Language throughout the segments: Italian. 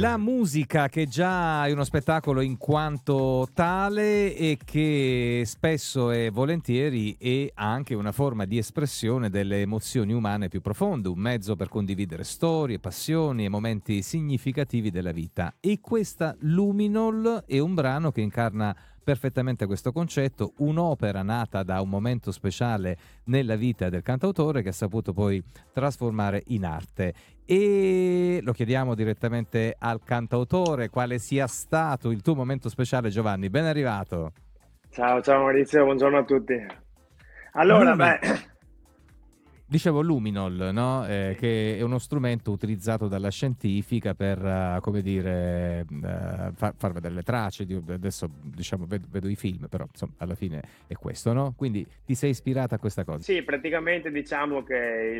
La musica che già è uno spettacolo in quanto tale e che spesso e volentieri è anche una forma di espressione delle emozioni umane più profonde, un mezzo per condividere storie, passioni e momenti significativi della vita. E questa Luminol è un brano che incarna perfettamente questo concetto, un'opera nata da un momento speciale nella vita del cantautore che ha saputo poi trasformare in arte. E lo chiediamo direttamente al cantautore, quale sia stato il tuo momento speciale, Giovanni. Ben arrivato. Ciao, ciao Maurizio, buongiorno a tutti. Allora, Lumi, beh, dicevo Luminol, no? sì, Che è uno strumento utilizzato dalla scientifica per, come dire, far vedere le tracce. Adesso, diciamo, vedo i film, però insomma, alla fine è questo, no? Quindi ti sei ispirata a questa cosa. sì, praticamente diciamo che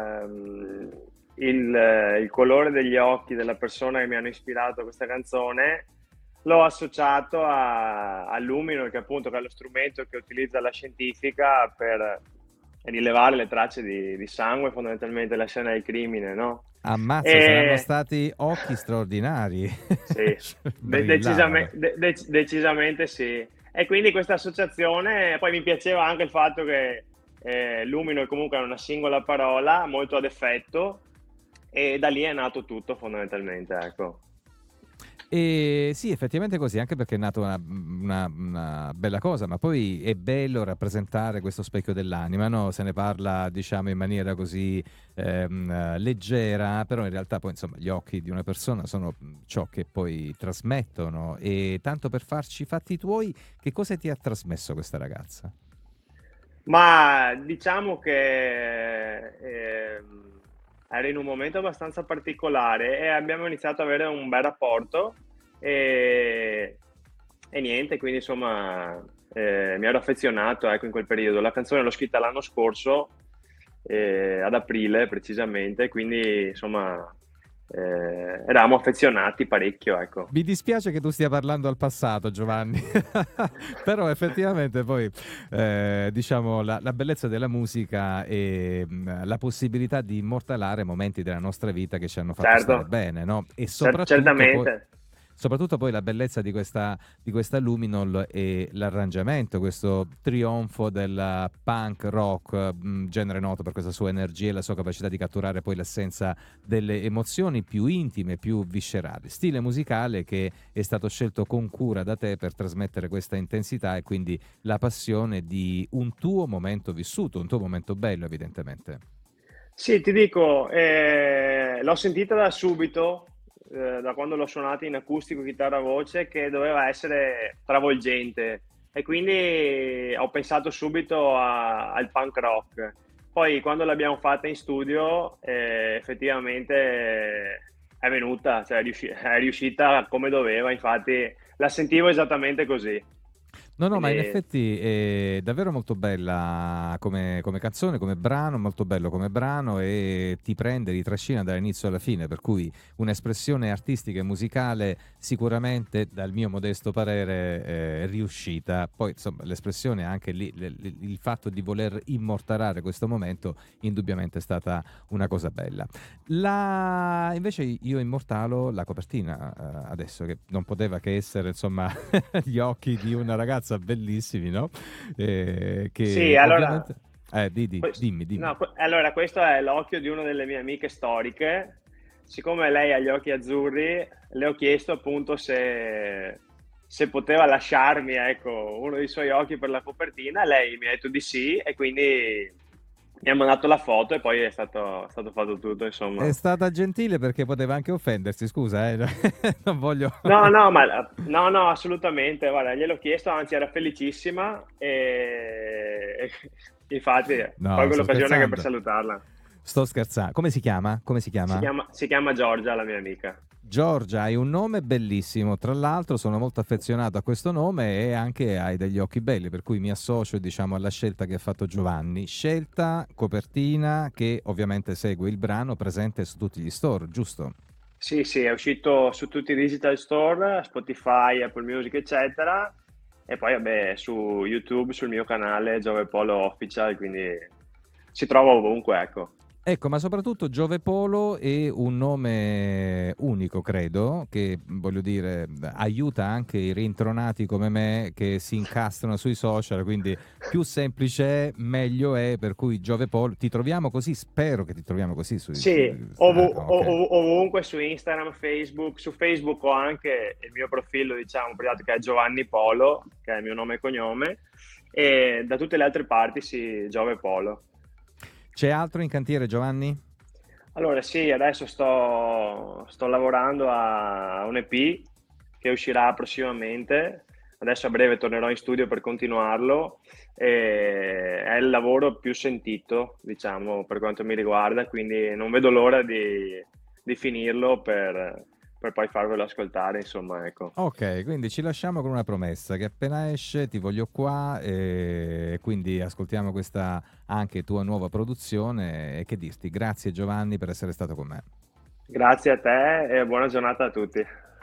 il colore degli occhi della persona che mi hanno ispirato a questa canzone l'ho associato a Luminol, che è lo strumento che utilizza la scientifica per rilevare le tracce di sangue, fondamentalmente la scena del crimine, no? Ammazza, saranno E stati occhi straordinari. sì, Brillavano. decisamente sì. E quindi questa associazione, poi mi piaceva anche il fatto che Luminol comunque è una singola parola, molto ad effetto, e da lì è nato tutto fondamentalmente, ecco. E sì, effettivamente è così, anche perché è nata una bella cosa, ma poi è bello rappresentare questo specchio dell'anima, no? Se ne parla, diciamo, in maniera così leggera, però in realtà poi, insomma, gli occhi di una persona sono ciò che poi trasmettono. E tanto per farci i fatti tuoi, che cosa ti ha trasmesso questa ragazza? Ma diciamo che era in un momento abbastanza particolare e abbiamo iniziato ad avere un bel rapporto e, e niente, quindi insomma mi ero affezionato, ecco, in quel periodo. La canzone l'ho scritta l'anno scorso, ad aprile precisamente, quindi insomma eravamo affezionati parecchio, ecco. Mi dispiace che tu stia parlando al passato, Giovanni, però effettivamente poi diciamo la bellezza della musica e la possibilità di immortalare momenti della nostra vita che ci hanno fatto Certo, stare bene, no? E certamente. soprattutto poi la bellezza di questa Luminol e l'arrangiamento, questo trionfo del punk rock, genere noto per questa sua energia e la sua capacità di catturare poi l'essenza delle emozioni più intime, più viscerali. Stile musicale che è stato scelto con cura da te per trasmettere questa intensità e quindi la passione di un tuo momento vissuto, un tuo momento bello, evidentemente. Sì, ti dico, l'ho sentita da subito, da quando l'ho suonata in acustico, chitarra, voce, che doveva essere travolgente e quindi ho pensato subito al punk rock. Poi quando l'abbiamo fatta in studio, effettivamente è venuta, cioè è riuscita come doveva, infatti la sentivo esattamente così. No, no, ma in Quindi effetti è davvero molto bella come canzone, come brano, molto bello come brano e ti prende, ritrascina dall'inizio alla fine, per cui un'espressione artistica e musicale sicuramente, dal mio modesto parere, riuscita. Poi, insomma, l'espressione anche lì, il fatto di voler immortalare questo momento, indubbiamente è stata una cosa bella. Invece io immortalo la copertina adesso, che non poteva che essere, insomma, gli occhi di una ragazza bellissimi, no? sì, Che allora, ovviamente... dimmi, dimmi. no, allora questo è l'occhio di una delle mie amiche storiche. Siccome lei ha gli occhi azzurri, le ho chiesto appunto se poteva lasciarmi, ecco, uno dei suoi occhi per la copertina. Lei mi ha detto di sì e quindi mi ha mandato la foto e poi è stato fatto tutto, È insomma. stata gentile perché poteva anche offendersi, scusa, non voglio... No, no, no, no, assolutamente. Guarda, gliel'ho chiesto, anzi, era felicissima e infatti No, colgo sto l'occasione anche per scherzando. salutarla. Sto scherzando. Come si chiama? Come si Si chiama? chiama, si chiama Giorgia, la mia amica. Giorgia, hai un nome bellissimo, tra l'altro sono molto affezionato a questo nome e anche hai degli occhi belli, per cui mi associo, diciamo, alla scelta che ha fatto Giovanni. Scelta, copertina che ovviamente segue il brano presente su tutti gli store, giusto? Sì, sì, è uscito su tutti i digital store, Spotify, Apple Music, eccetera. E poi, vabbè, su YouTube, sul mio canale Giove Polo Official, quindi si trova ovunque, ecco. Ecco, ma soprattutto Giove Polo è un nome unico, credo, che voglio dire, aiuta anche i rintronati come me che si incastrano sui social, quindi più semplice è, meglio è, per cui Giove Polo, ti troviamo così, spero che ti troviamo così Sì, ok. ovunque su Instagram, Facebook. Su Facebook ho anche il mio profilo, diciamo, privato, che è Giovanni Polo, che è il mio nome e cognome, e da tutte le altre parti sì, Giove Polo. C'è altro in cantiere, Giovanni? Allora sì, adesso sto lavorando a un EP che uscirà prossimamente. Adesso a breve tornerò in studio per continuarlo. È il lavoro più sentito, diciamo, per quanto mi riguarda, quindi non vedo l'ora di finirlo per poi farvelo ascoltare, insomma, ecco. Ok, quindi ci lasciamo con una promessa che appena esce ti voglio qua e quindi ascoltiamo questa anche tua nuova produzione e che dirti, grazie Giovanni per essere stato con me. Grazie a te e buona giornata a tutti.